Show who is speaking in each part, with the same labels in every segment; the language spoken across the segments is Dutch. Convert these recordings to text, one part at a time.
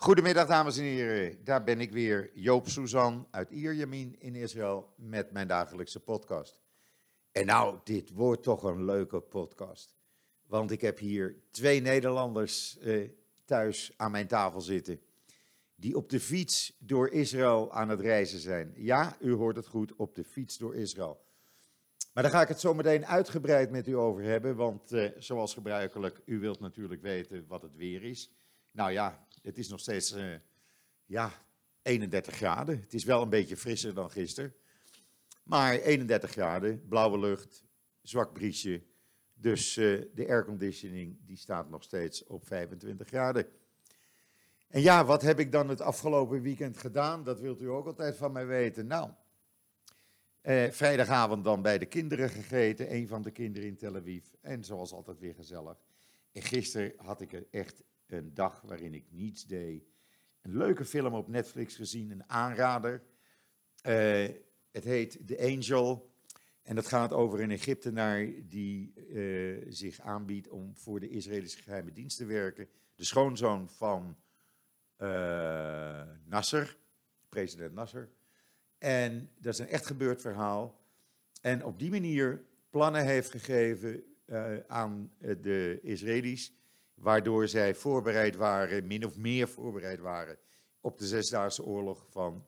Speaker 1: Goedemiddag dames en heren, daar ben ik weer, Joop Suzan uit Ierjemien in Israël met mijn dagelijkse podcast. En nou, dit wordt toch een leuke podcast, want ik heb hier twee Nederlanders thuis aan mijn tafel zitten, die op de fiets door Israël aan het reizen zijn. Ja, u hoort het goed, op de fiets door Israël. Maar daar ga ik het zo meteen uitgebreid met u over hebben, want zoals gebruikelijk, u wilt natuurlijk weten wat het weer is. Nou ja, het is nog steeds 31 graden. Het is wel een beetje frisser dan gisteren. Maar 31 graden, blauwe lucht, zwak briesje. Dus de airconditioning die staat nog steeds op 25 graden. En ja, wat heb ik dan het afgelopen weekend gedaan? Dat wilt u ook altijd van mij weten. Nou, vrijdagavond dan bij de kinderen gegeten. Een van de kinderen in Tel Aviv. En zoals altijd weer gezellig. En gisteren had ik echt een dag waarin ik niets deed. Een leuke film op Netflix gezien, een aanrader. Het heet The Angel. En dat gaat over een Egyptenaar die zich aanbiedt om voor de Israëlische geheime dienst te werken. De schoonzoon van Nasser, president Nasser. En dat is een echt gebeurd verhaal. En op die manier plannen heeft gegeven aan de Israëli's, waardoor zij voorbereid waren, min of meer voorbereid waren, op de Zesdaagse Oorlog van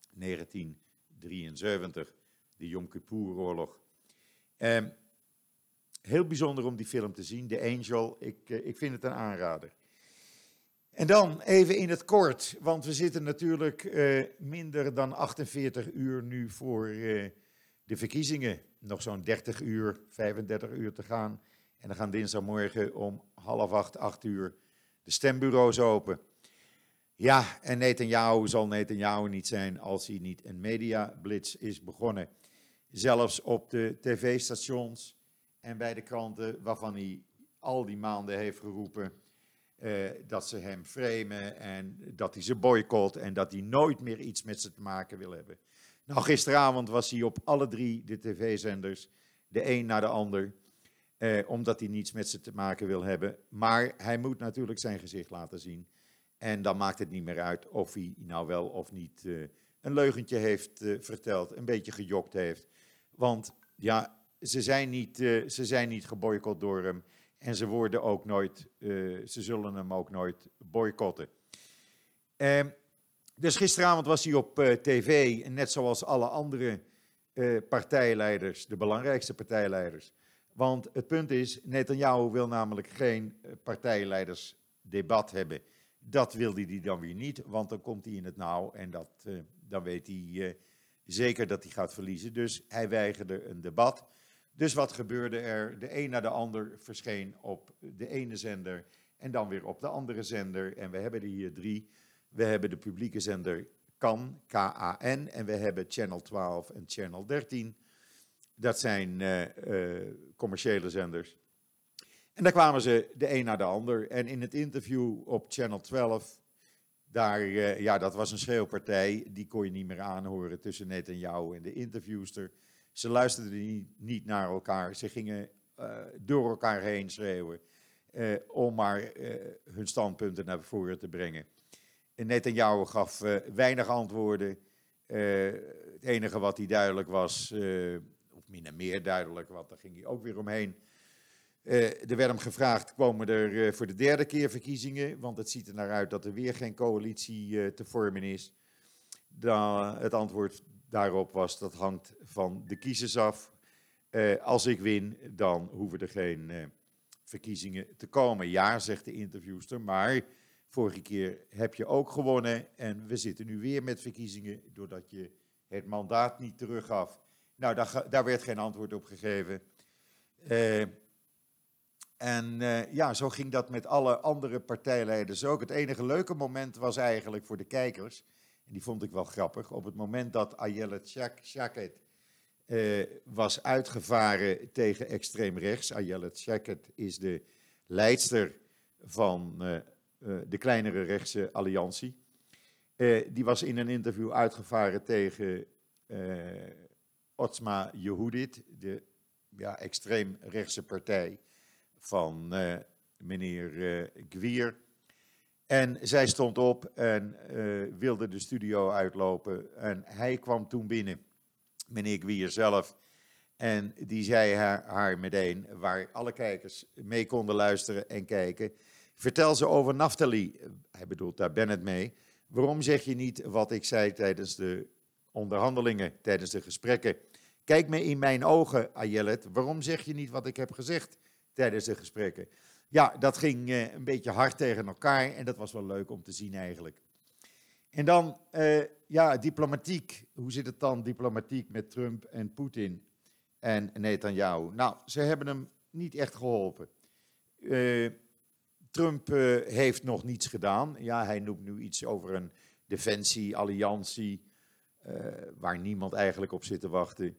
Speaker 1: 1973, de Yom Kippur-oorlog. Heel bijzonder om die film te zien, The Angel, ik vind het een aanrader. En dan even in het kort, want we zitten natuurlijk minder dan 48 uur nu voor de verkiezingen. Nog zo'n 30 uur, 35 uur te gaan. En dan gaan dinsdagmorgen om 8 uur de stembureaus open. Ja, en Netanyahu zal Netanyahu niet zijn als hij niet een mediablitz is begonnen. Zelfs op de tv-stations en bij de kranten waarvan hij al die maanden heeft geroepen dat ze hem framen en dat hij ze boycott en dat hij nooit meer iets met ze te maken wil hebben. Nou, gisteravond was hij op alle drie de tv-zenders, de een na de ander, omdat hij niets met ze te maken wil hebben. Maar hij moet natuurlijk zijn gezicht laten zien. En dan maakt het niet meer uit of hij nou wel of niet een leugentje heeft verteld, een beetje gejokt heeft. Want ja, ze zijn niet geboycott door hem. En ze zullen hem ook nooit boycotten. Dus gisteravond was hij op tv, net zoals alle andere partijleiders, de belangrijkste partijleiders. Want het punt is, Netanyahu wil namelijk geen partijleidersdebat hebben. Dat wilde hij dan weer niet, want dan komt hij in het nauw en dan weet hij zeker dat hij gaat verliezen. Dus hij weigerde een debat. Dus wat gebeurde er? De een na de ander verscheen op de ene zender en dan weer op de andere zender. En we hebben er hier 3. We hebben de publieke zender KAN, K-A-N, en we hebben Channel 12 en Channel 13. Dat zijn commerciële zenders. En daar kwamen ze de een na de ander. En in het interview op Channel 12, dat was een schreeuwpartij, die kon je niet meer aanhoren tussen Netanyahu en de interviewster. Ze luisterden niet naar elkaar, ze gingen door elkaar heen schreeuwen om maar hun standpunten naar voren te brengen. En Netanyahu gaf weinig antwoorden. Het enige wat hij duidelijk was, of min en meer duidelijk, want daar ging hij ook weer omheen. Er werd hem gevraagd, komen er voor de derde keer verkiezingen? Want het ziet er naar uit dat er weer geen coalitie te vormen is. Het antwoord daarop was, dat hangt van de kiezers af. Als ik win, dan hoeven er geen verkiezingen te komen. Ja, zegt de interviewster, maar vorige keer heb je ook gewonnen en we zitten nu weer met verkiezingen doordat je het mandaat niet teruggaf. Nou, daar werd geen antwoord op gegeven. Zo ging dat met alle andere partijleiders ook. Het enige leuke moment was eigenlijk voor de kijkers, en die vond ik wel grappig, op het moment dat Ayelet Shaked was uitgevaren tegen extreem rechts. Ayelet Shaked is de leidster van de kleinere rechtse alliantie. Die was in een interview uitgevaren tegen Otzma Yehudit, de extreem rechtse partij van meneer Gvir. En zij stond op en wilde de studio uitlopen. En hij kwam toen binnen, meneer Gwier zelf. En die zei haar meteen, waar alle kijkers mee konden luisteren en kijken. Vertel ze over Naftali. Hij bedoelt daar Bennett mee. Waarom zeg je niet wat ik zei tijdens de onderhandelingen, tijdens de gesprekken? Kijk me in mijn ogen, Ayelet. Waarom zeg je niet wat ik heb gezegd tijdens de gesprekken? Ja, dat ging een beetje hard tegen elkaar en dat was wel leuk om te zien eigenlijk. En dan, diplomatiek. Hoe zit het dan diplomatiek met Trump en Poetin en Netanyahu? Nou, ze hebben hem niet echt geholpen. Trump heeft nog niets gedaan. Ja, hij noemt nu iets over een defensie-alliantie waar niemand eigenlijk op zit te wachten.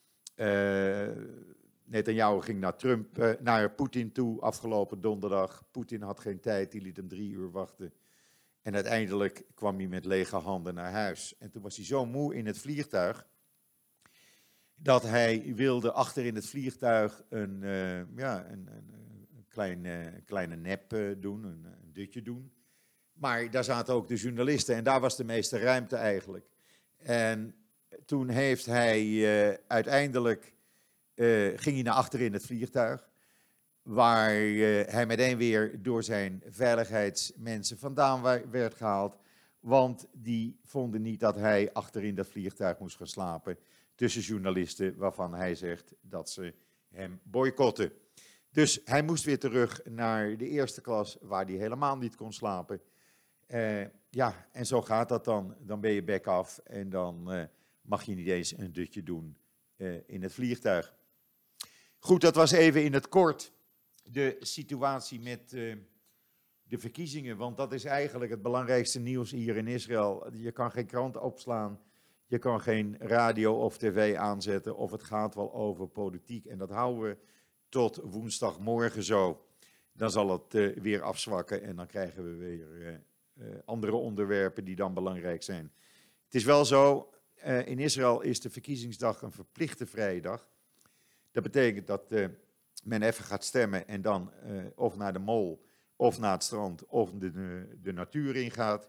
Speaker 1: Netanyahu ging naar Poetin toe afgelopen donderdag. Poetin had geen tijd, die liet hem 3 uur wachten. En uiteindelijk kwam hij met lege handen naar huis. En toen was hij zo moe in het vliegtuig dat hij wilde achter in het vliegtuig een kleine nap doen, een dutje doen. Maar daar zaten ook de journalisten en daar was de meeste ruimte eigenlijk. En toen heeft hij uiteindelijk, ging hij naar achter in het vliegtuig, waar hij meteen weer door zijn veiligheidsmensen vandaan werd gehaald. Want die vonden niet dat hij achter in dat vliegtuig moest gaan slapen tussen journalisten waarvan hij zegt dat ze hem boycotten. Dus hij moest weer terug naar de eerste klas waar hij helemaal niet kon slapen. En zo gaat dat dan. Dan ben je back af en dan mag je niet eens een dutje doen in het vliegtuig. Goed, dat was even in het kort de situatie met de verkiezingen. Want dat is eigenlijk het belangrijkste nieuws hier in Israël. Je kan geen krant opslaan, je kan geen radio of tv aanzetten of het gaat wel over politiek. En dat houden we tot woensdagmorgen zo. Dan zal het weer afzwakken en dan krijgen we weer andere onderwerpen die dan belangrijk zijn. Het is wel zo, in Israël is de verkiezingsdag een verplichte vrije dag. Dat betekent dat men even gaat stemmen en dan of naar de mol, of naar het strand, of de natuur ingaat.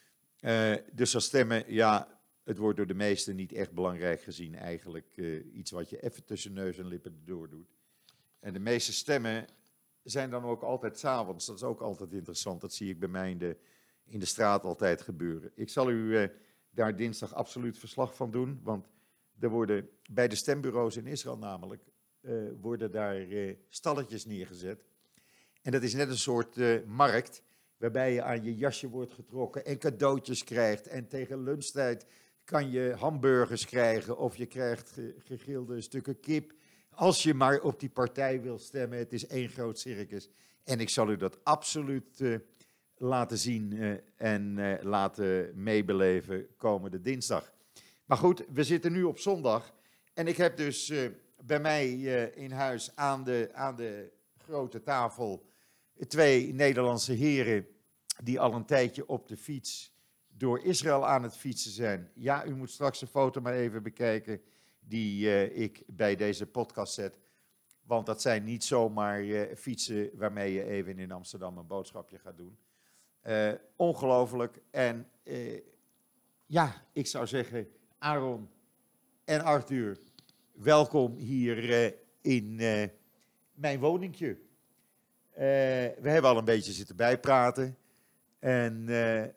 Speaker 1: Dus dat stemmen, ja, het wordt door de meesten niet echt belangrijk gezien. Eigenlijk iets wat je even tussen neus en lippen door doet. En de meeste stemmen zijn dan ook altijd 's avonds. Dat is ook altijd interessant. Dat zie ik bij mij in de straat altijd gebeuren. Ik zal u daar dinsdag absoluut verslag van doen. Want er worden bij de stembureaus in Israël namelijk worden daar stalletjes neergezet. En dat is net een soort markt waarbij je aan je jasje wordt getrokken en cadeautjes krijgt. En tegen lunchtijd kan je hamburgers krijgen of je krijgt gegrilde stukken kip. Als je maar op die partij wil stemmen, het is één groot circus. En ik zal u dat absoluut laten zien en laten meebeleven komende dinsdag. Maar goed, we zitten nu op zondag. En ik heb dus bij mij in huis aan de grote tafel 2 Nederlandse heren die al een tijdje op de fiets door Israël aan het fietsen zijn. Ja, u moet straks een foto maar even bekijken die ik bij deze podcast zet. Want dat zijn niet zomaar fietsen waarmee je even in Amsterdam een boodschapje gaat doen. Ongelooflijk. En ik zou zeggen, Aaron en Arthur, welkom hier in mijn woningje. We hebben al een beetje zitten bijpraten. En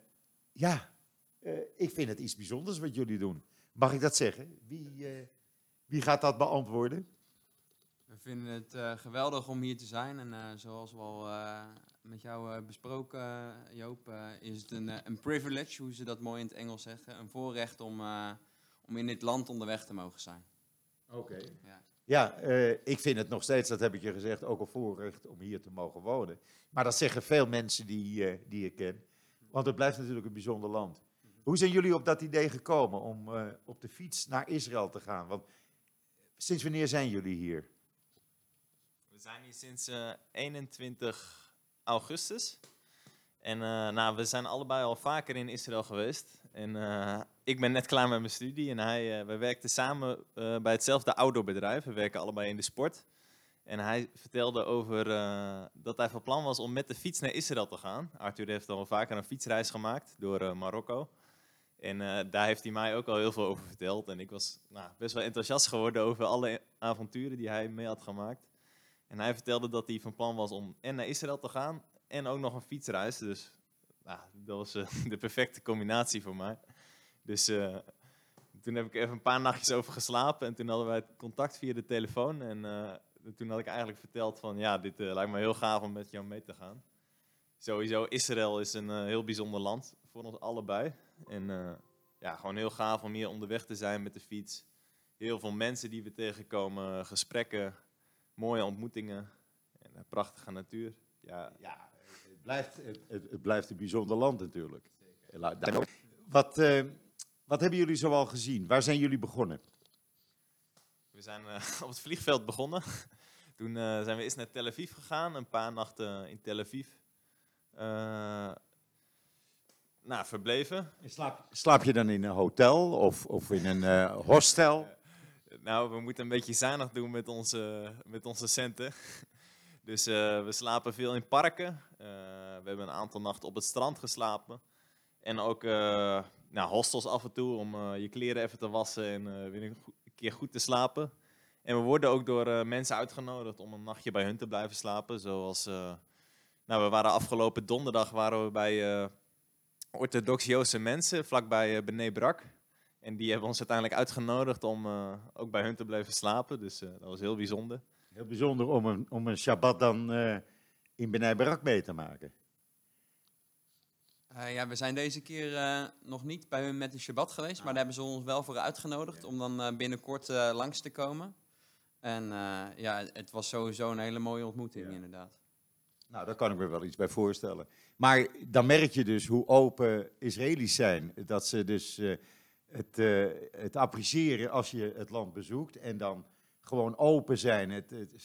Speaker 1: ik vind het iets bijzonders wat jullie doen. Mag ik dat zeggen? Wie gaat dat beantwoorden?
Speaker 2: We vinden het geweldig om hier te zijn. En zoals we al met jou besproken, Joop, is het een privilege, hoe ze dat mooi in het Engels zeggen. Een voorrecht om in dit land onderweg te mogen zijn.
Speaker 1: Oké. Ja, ik vind het nog steeds, dat heb ik je gezegd, ook een voorrecht om hier te mogen wonen. Maar dat zeggen veel mensen die ik ken. Want het blijft natuurlijk een bijzonder land. Hoe zijn jullie op dat idee gekomen om op de fiets naar Israël te gaan? Want sinds wanneer zijn jullie hier?
Speaker 3: We zijn hier sinds 21 augustus. En we zijn allebei al vaker in Israël geweest. En ik ben net klaar met mijn studie en we werkten samen bij hetzelfde outdoorbedrijf. We werken allebei in de sport. En hij vertelde over dat hij van plan was om met de fiets naar Israël te gaan. Arthur heeft al vaker een fietsreis gemaakt door Marokko. En daar heeft hij mij ook al heel veel over verteld. En ik was best wel enthousiast geworden over alle avonturen die hij mee had gemaakt. En hij vertelde dat hij van plan was om en naar Israël te gaan en ook nog een fietsreis. Dus dat was de perfecte combinatie voor mij. Dus toen heb ik even een paar nachtjes over geslapen. En toen hadden wij contact via de telefoon. En toen had ik eigenlijk verteld van ja, dit lijkt me heel gaaf om met jou mee te gaan. Sowieso, Israël is een heel bijzonder land voor ons allebei. En gewoon heel gaaf om hier onderweg te zijn met de fiets. Heel veel mensen die we tegenkomen, gesprekken, mooie ontmoetingen en prachtige natuur.
Speaker 1: Ja, het blijft een bijzonder land natuurlijk. Wat hebben jullie zoal gezien? Waar zijn jullie begonnen?
Speaker 3: We zijn op het vliegveld begonnen. Toen zijn we eerst naar Tel Aviv gegaan, een paar nachten in Tel Aviv. Verbleven.
Speaker 1: Slaap je dan in een hotel of in een hostel?
Speaker 3: We moeten een beetje zuinig doen met onze centen. Dus we slapen veel in parken. We hebben een aantal nachten op het strand geslapen. En ook hostels af en toe om je kleren even te wassen en weer een keer goed te slapen. En we worden ook door mensen uitgenodigd om een nachtje bij hun te blijven slapen. Zoals, we waren afgelopen donderdag bij orthodox-Joodse mensen vlakbij Bnei Brak. En die hebben ons uiteindelijk uitgenodigd om ook bij hun te blijven slapen. Dus dat was heel bijzonder.
Speaker 1: Heel bijzonder om een Shabbat dan in Bnei Brak mee te maken.
Speaker 2: We zijn deze keer nog niet bij hun met de Shabbat geweest, maar daar hebben ze ons wel voor uitgenodigd om dan binnenkort langs te komen. En het was sowieso een hele mooie ontmoeting inderdaad.
Speaker 1: Nou, daar kan ik me wel iets bij voorstellen. Maar dan merk je dus hoe open Israëli's zijn. Dat ze dus het appreciëren als je het land bezoekt en dan gewoon open zijn.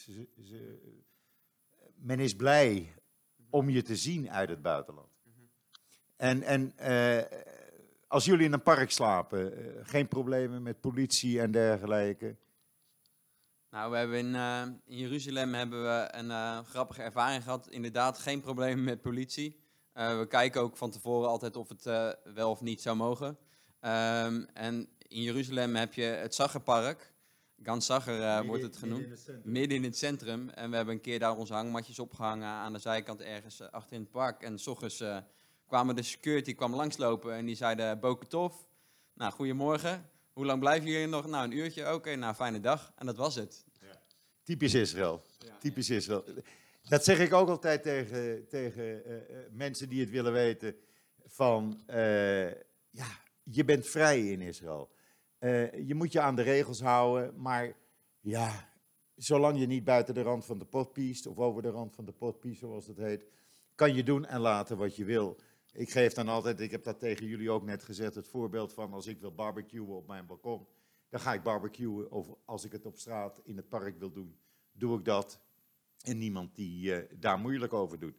Speaker 1: Men is blij om je te zien uit het buitenland. En als jullie in een park slapen, geen problemen met politie en dergelijke?
Speaker 2: Nou, we hebben in Jeruzalem hebben we een grappige ervaring gehad. Inderdaad, geen problemen met politie. We kijken ook van tevoren altijd of het wel of niet zou mogen. En in Jeruzalem heb je het Zacherpark. Gans Zacher wordt het genoemd. Midden in het centrum. En we hebben een keer daar onze hangmatjes opgehangen aan de zijkant ergens achter in het park. En 's ochtends kwamen de security langslopen en die zeiden Boketov. Nou, goedemorgen. Hoe lang blijven jullie nog? Nou, een uurtje. Oké, fijne dag. En dat was het.
Speaker 1: Ja. Typisch Israël. Typisch Israël. Dat zeg ik ook altijd tegen mensen die het willen weten. Van, je bent vrij in Israël. Je moet je aan de regels houden, maar ja, zolang je niet buiten de rand van de potpiest, of over de rand van de potpiest, zoals dat heet, kan je doen en laten wat je wil. Ik geef dan altijd, ik heb dat tegen jullie ook net gezegd, het voorbeeld van als ik wil barbecuen op mijn balkon, dan ga ik barbecuen. Of als ik het op straat in het park wil doen, doe ik dat. En niemand die daar moeilijk over doet.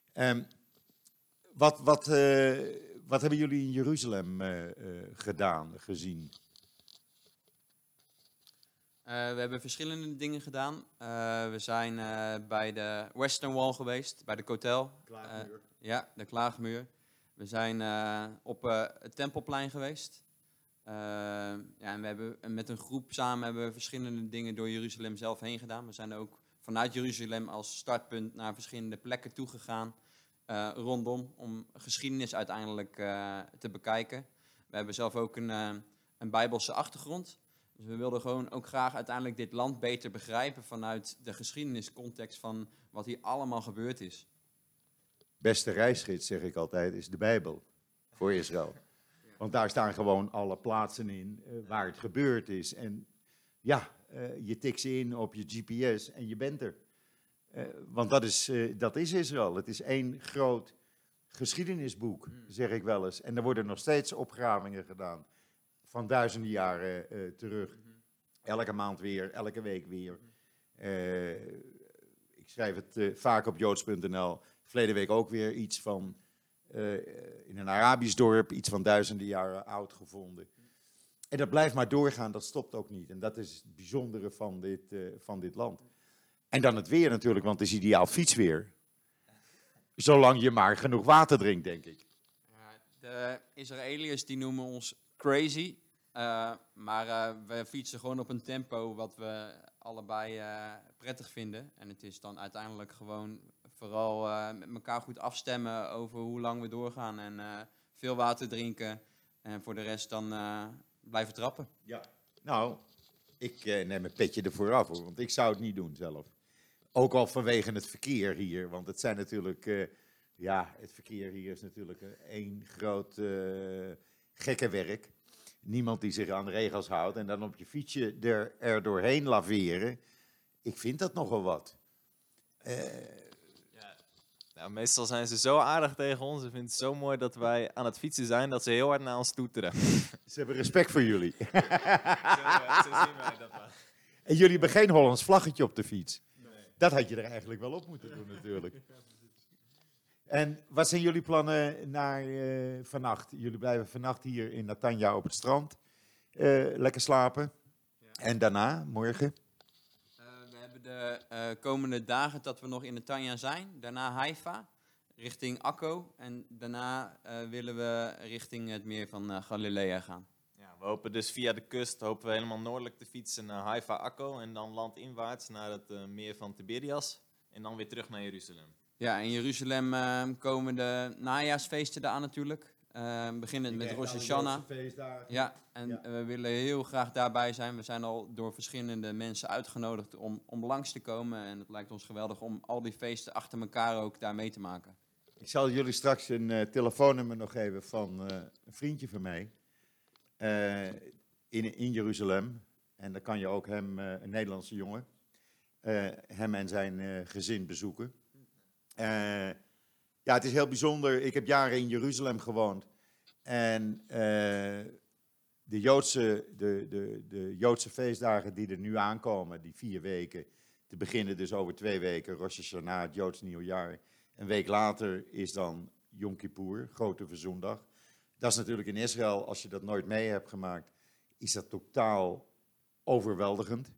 Speaker 1: Wat hebben jullie in Jeruzalem gezien?
Speaker 2: We hebben verschillende dingen gedaan. We zijn bij de Western Wall geweest, bij de Kotel.
Speaker 1: Klaagmuur.
Speaker 2: De Klaagmuur. We zijn op het Tempelplein geweest. En we hebben met een groep samen hebben we verschillende dingen door Jeruzalem zelf heen gedaan. We zijn ook vanuit Jeruzalem als startpunt naar verschillende plekken toegegaan. Rondom, om geschiedenis uiteindelijk te bekijken. We hebben zelf ook een Bijbelse achtergrond. Dus we wilden gewoon ook graag uiteindelijk dit land beter begrijpen vanuit de geschiedeniscontext van wat hier allemaal gebeurd is.
Speaker 1: Beste reisgids, zeg ik altijd, is de Bijbel voor Israël. Want daar staan gewoon alle plaatsen in waar het gebeurd is. En je tikt ze in op je GPS en je bent er. Want dat is Israël. Het is één groot geschiedenisboek, zeg ik wel eens. En er worden nog steeds opgravingen gedaan van duizenden jaren terug. Elke maand weer, elke week weer. Ik schrijf het vaak op joods.nl. Verleden week ook weer iets van, in een Arabisch dorp, iets van duizenden jaren oud gevonden. En dat blijft maar doorgaan, dat stopt ook niet. En dat is het bijzondere van dit land. En dan het weer natuurlijk, want het is ideaal fietsweer. Zolang je maar genoeg water drinkt, denk ik.
Speaker 2: De Israëliërs die noemen ons crazy. Maar we fietsen gewoon op een tempo wat we allebei prettig vinden. En het is dan uiteindelijk gewoon vooral met elkaar goed afstemmen over hoe lang we doorgaan. En veel water drinken. En voor de rest dan blijven trappen.
Speaker 1: Ja. Nou, ik neem een petje ervoor af, hoor, want ik zou het niet doen zelf. Ook al vanwege het verkeer hier, want het zijn natuurlijk... het verkeer hier is natuurlijk één groot gekkenwerk. Niemand die zich aan de regels houdt en dan op je fietsje er doorheen laveren. Ik vind dat nogal wat.
Speaker 3: Nou, meestal zijn ze zo aardig tegen ons. Ze vinden het zo mooi dat wij aan het fietsen zijn dat ze heel hard naar ons toeteren.
Speaker 1: Ze hebben respect voor jullie.
Speaker 3: Zo zien wij dat wel.
Speaker 1: En jullie hebben geen Hollands vlaggetje op de fiets. Nee. Dat had je er eigenlijk wel op moeten doen natuurlijk. En wat zijn jullie plannen naar vannacht? Jullie blijven vannacht hier in Netanya op het strand. Lekker slapen. Ja. En daarna, morgen?
Speaker 2: We hebben de komende dagen dat we nog in Netanya zijn. Daarna Haifa, richting Akko. En daarna willen we richting het meer van Galilea gaan.
Speaker 3: Ja, we hopen dus via de kust helemaal noordelijk te fietsen naar Haifa, Akko. En dan landinwaarts naar het meer van Tiberias. En dan weer terug naar Jeruzalem.
Speaker 2: Ja, in Jeruzalem komen de najaarsfeesten aan natuurlijk. Beginnend met Rosh Hashanah. Ja, en we willen heel graag daarbij zijn. We zijn al door verschillende mensen uitgenodigd om langs te komen. En het lijkt ons geweldig om al die feesten achter elkaar ook daar mee te maken.
Speaker 1: Ik zal jullie straks een telefoonnummer nog geven van een vriendje van mij in Jeruzalem. En dan kan je ook hem, een Nederlandse jongen, hem en zijn gezin bezoeken. Het is heel bijzonder. Ik heb jaren in Jeruzalem gewoond. En de Joodse feestdagen die er nu aankomen, die 4 weken, te beginnen dus over 2 weken, Rosh Hashanah, het Joods nieuwjaar. Een week later is dan Yom Kippur, Grote Verzoendag. Dat is natuurlijk in Israël, als je dat nooit mee hebt gemaakt, is dat totaal overweldigend.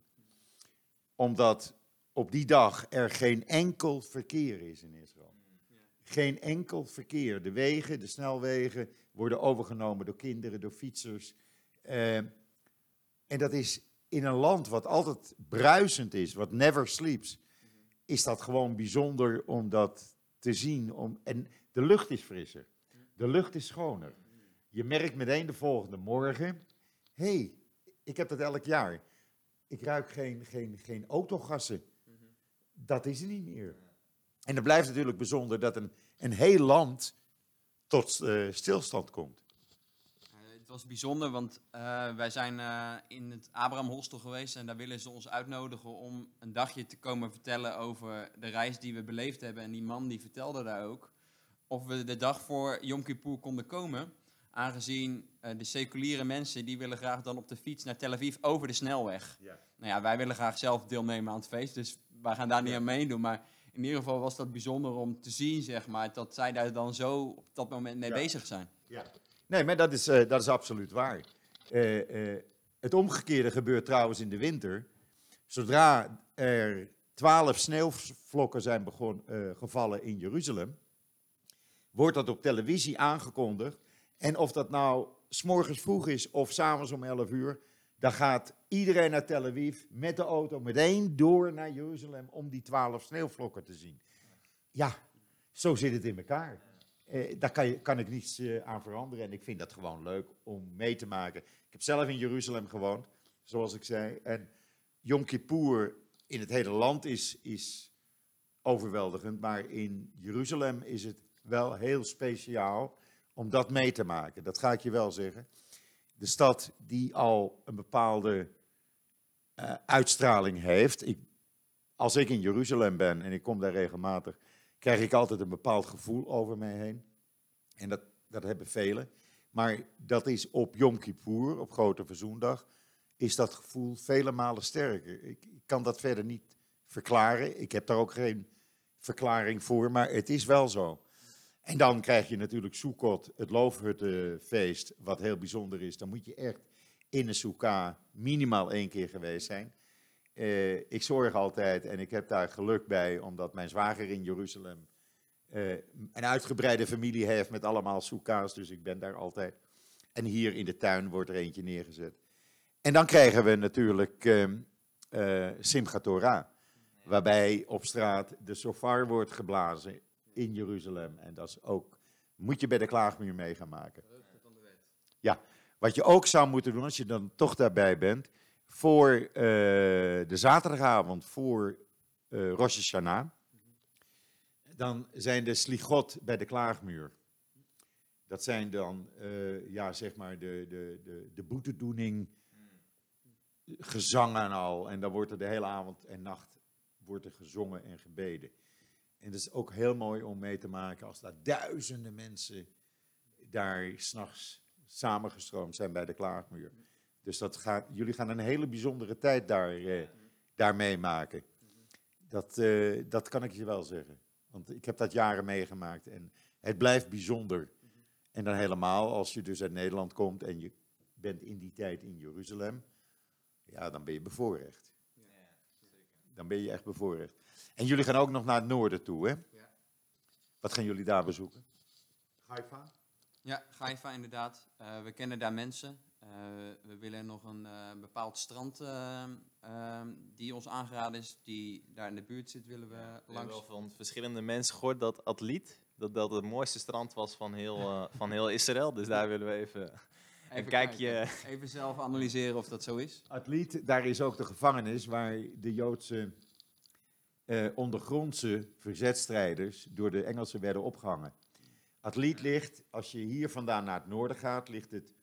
Speaker 1: Omdat op die dag er geen enkel verkeer is in Israël. Geen enkel verkeer. De wegen, de snelwegen worden overgenomen door kinderen, door fietsers. En dat is in een land wat altijd bruisend is, wat never sleeps, is dat gewoon bijzonder om dat te zien. En de lucht is frisser. De lucht is schoner. Je merkt meteen de volgende morgen, ik heb dat elk jaar. Ik ruik geen autogassen. Dat is er niet meer. En het blijft natuurlijk bijzonder dat een heel land tot stilstand komt.
Speaker 2: Het was bijzonder, want wij zijn in het Abraham Hostel geweest en daar willen ze ons uitnodigen om een dagje te komen vertellen over de reis die we beleefd hebben. En die man die vertelde daar ook of we de dag voor Yom Kippur konden komen, aangezien de seculiere mensen die willen graag dan op de fiets naar Tel Aviv over de snelweg. Ja. Nou ja, wij willen graag zelf deelnemen aan het feest, dus wij gaan daar niet aan meedoen, maar in ieder geval was dat bijzonder om te zien, zeg maar, dat zij daar dan zo op dat moment mee bezig zijn. Ja.
Speaker 1: Nee, maar dat is absoluut waar. Het omgekeerde gebeurt trouwens in de winter. Zodra er 12 sneeuwvlokken zijn gevallen in Jeruzalem, wordt dat op televisie aangekondigd. En of dat nou 's morgens vroeg is of 's avonds om 11 uur, dan gaat iedereen naar Tel Aviv met de auto meteen door naar Jeruzalem om die 12 sneeuwvlokken te zien. Ja, zo zit het in elkaar. Daar kan ik niets aan veranderen en ik vind dat gewoon leuk om mee te maken. Ik heb zelf in Jeruzalem gewoond, zoals ik zei. En Yom Kippur in het hele land is overweldigend, maar in Jeruzalem is het wel heel speciaal om dat mee te maken. Dat ga ik je wel zeggen. De stad die al een bepaalde uitstraling heeft. Als ik in Jeruzalem ben en ik kom daar regelmatig, krijg ik altijd een bepaald gevoel over mij heen. En dat hebben velen. Maar dat is op Yom Kippur, op Grote Verzoendag, is dat gevoel vele malen sterker. Ik kan dat verder niet verklaren. Ik heb daar ook geen verklaring voor, maar het is wel zo. En dan krijg je natuurlijk Sukkot, het loofhuttenfeest, wat heel bijzonder is. Dan moet je echt in een sukkah minimaal 1 keer geweest zijn. Ik zorg altijd en ik heb daar geluk bij, omdat mijn zwager in Jeruzalem een uitgebreide familie heeft met allemaal soeka's, dus ik ben daar altijd. En hier in de tuin wordt er eentje neergezet. En dan krijgen we natuurlijk Simchat Torah, waarbij op straat de shofar wordt geblazen in Jeruzalem. En dat is ook, moet je bij de klaagmuur mee gaan maken. Ja, wat je ook zou moeten doen, als je dan toch daarbij bent, voor de zaterdagavond voor Rosh Hashanah, dan zijn de slichot bij de klaagmuur. Dat zijn dan, zeg maar, de boetedoening, gezangen al. En dan wordt er de hele avond en nacht wordt er gezongen en gebeden. En dat is ook heel mooi om mee te maken als daar duizenden mensen daar 's nachts samengestroomd zijn bij de klaagmuur. Dus jullie gaan een hele bijzondere tijd daar meemaken. Dat kan ik je wel zeggen. Want ik heb dat jaren meegemaakt en het blijft bijzonder. En dan helemaal als je dus uit Nederland komt en je bent in die tijd in Jeruzalem, ja, dan ben je bevoorrecht. Dan ben je echt bevoorrecht. En jullie gaan ook nog naar het noorden toe, hè?
Speaker 2: Ja.
Speaker 1: Wat gaan jullie daar bezoeken? Haifa?
Speaker 2: Ja, Haifa inderdaad. We kennen daar mensen. We willen nog een bepaald strand die ons aangeraden is, die daar in de buurt zit, willen we
Speaker 3: We hebben
Speaker 2: langs.
Speaker 3: wel van verschillende mensen gehoord dat Atliet, dat het mooiste strand was van heel Israël. Dus daar willen we even een kijkje.
Speaker 2: kijken. Even zelf analyseren of dat zo is.
Speaker 1: Atliet, daar is ook de gevangenis waar de Joodse ondergrondse verzetstrijders door de Engelsen werden opgehangen. Atliet ligt, als je hier vandaan naar het noorden gaat, ligt het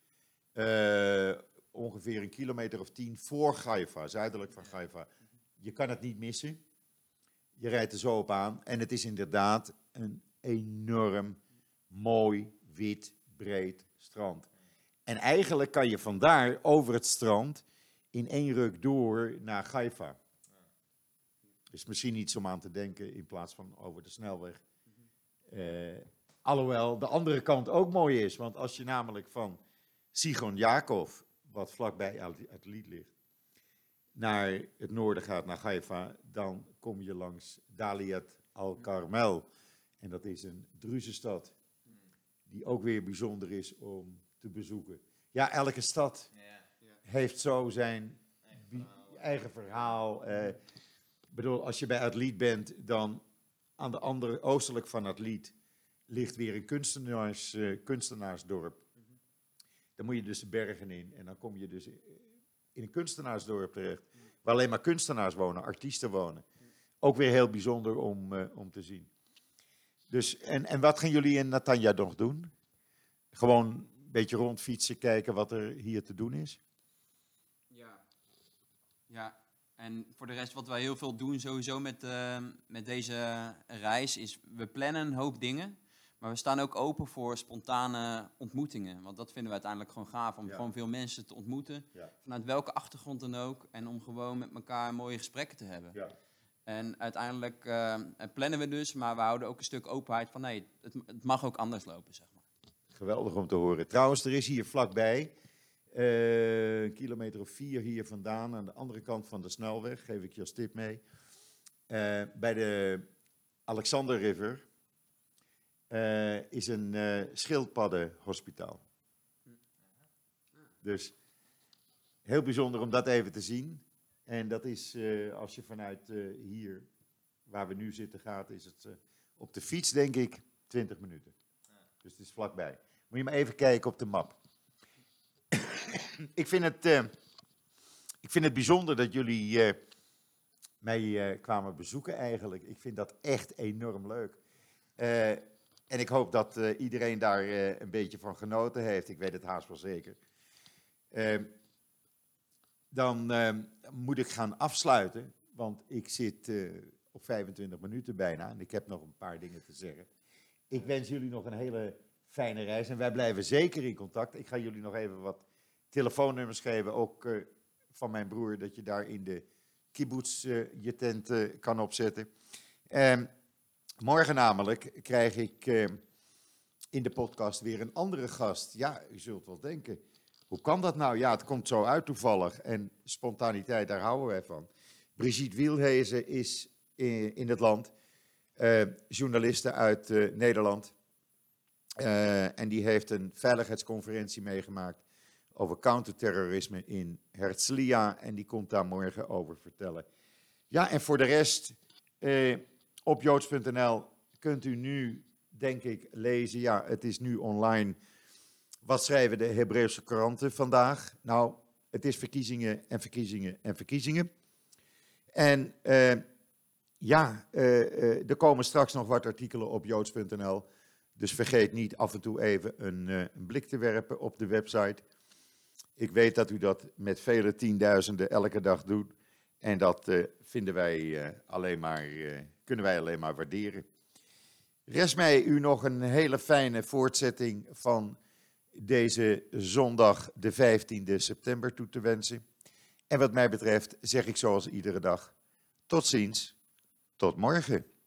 Speaker 1: ongeveer 1 kilometer of 10 voor Haifa, zuidelijk van Haifa. Je kan het niet missen. Je rijdt er zo op aan en het is inderdaad een enorm mooi, wit, breed strand. En eigenlijk kan je vandaar over het strand in 1 ruk door naar Haifa. Dus misschien iets om aan te denken in plaats van over de snelweg. Alhoewel de andere kant ook mooi is, want als je namelijk van Sigon Jacob, wat vlakbij Atliet ligt, naar het noorden gaat, naar Haifa, dan kom je langs Daliat al-Karmel. En dat is een druzenstad, die ook weer bijzonder is om te bezoeken. Ja, elke stad heeft zo zijn eigen verhaal. Ik bedoel, als je bij Atliet bent, dan aan de andere, oostelijk van Atliet, ligt weer een kunstenaarsdorp. Dan moet je dus de bergen in en dan kom je dus in een kunstenaarsdorp terecht, waar alleen maar kunstenaars wonen, artiesten wonen. Ook weer heel bijzonder om te zien. Dus, en wat gaan jullie in Netanya nog doen? Gewoon een beetje rondfietsen, kijken wat er hier te doen is?
Speaker 2: Ja, en voor de rest wat wij heel veel doen sowieso met deze reis is, we plannen een hoop dingen, maar we staan ook open voor spontane ontmoetingen. Want dat vinden we uiteindelijk gewoon gaaf, om gewoon veel mensen te ontmoeten, vanuit welke achtergrond dan ook, en om gewoon met elkaar mooie gesprekken te hebben.
Speaker 1: Ja.
Speaker 2: En uiteindelijk plannen we dus, maar we houden ook een stuk openheid van, nee, het mag ook anders lopen, zeg maar.
Speaker 1: Geweldig om te horen. Trouwens, er is hier vlakbij, 1 kilometer of 4 hier vandaan, aan de andere kant van de snelweg, geef ik je als tip mee, bij de Alexander River is een schildpaddenhospitaal. Dus heel bijzonder om dat even te zien. En dat is, als je vanuit hier, waar we nu zitten, gaat, is het op de fiets, denk ik, 20 minuten. Dus het is vlakbij. Moet je maar even kijken op de map. Ik vind het bijzonder dat jullie mij kwamen bezoeken eigenlijk. Ik vind dat echt enorm leuk. En ik hoop dat iedereen daar een beetje van genoten heeft. Ik weet het haast wel zeker. Dan moet ik gaan afsluiten, want ik zit op 25 minuten bijna en ik heb nog een paar dingen te zeggen. Ik wens jullie nog een hele fijne reis en wij blijven zeker in contact. Ik ga jullie nog even wat telefoonnummers geven, ook van mijn broer, dat je daar in de kibbutz je tent kan opzetten. Morgen namelijk krijg ik in de podcast weer een andere gast. Ja, u zult wel denken, hoe kan dat nou? Ja, het komt zo uit toevallig en spontaniteit, daar houden wij van. Brigitte Wielhezen is in het land, journaliste uit Nederland. En die heeft een veiligheidsconferentie meegemaakt over counterterrorisme in Herzliya. En die komt daar morgen over vertellen. Ja, en voor de rest, op joods.nl kunt u nu, denk ik, lezen. Ja, het is nu online. Wat schrijven de Hebreeuwse kranten vandaag? Nou, het is verkiezingen en verkiezingen en verkiezingen. En er komen straks nog wat artikelen op joods.nl. Dus vergeet niet af en toe even een blik te werpen op de website. Ik weet dat u dat met vele tienduizenden elke dag doet. En dat kunnen wij alleen maar waarderen. Rest mij u nog een hele fijne voortzetting van deze zondag de 15e september toe te wensen. En wat mij betreft zeg ik zoals iedere dag, tot ziens, tot morgen.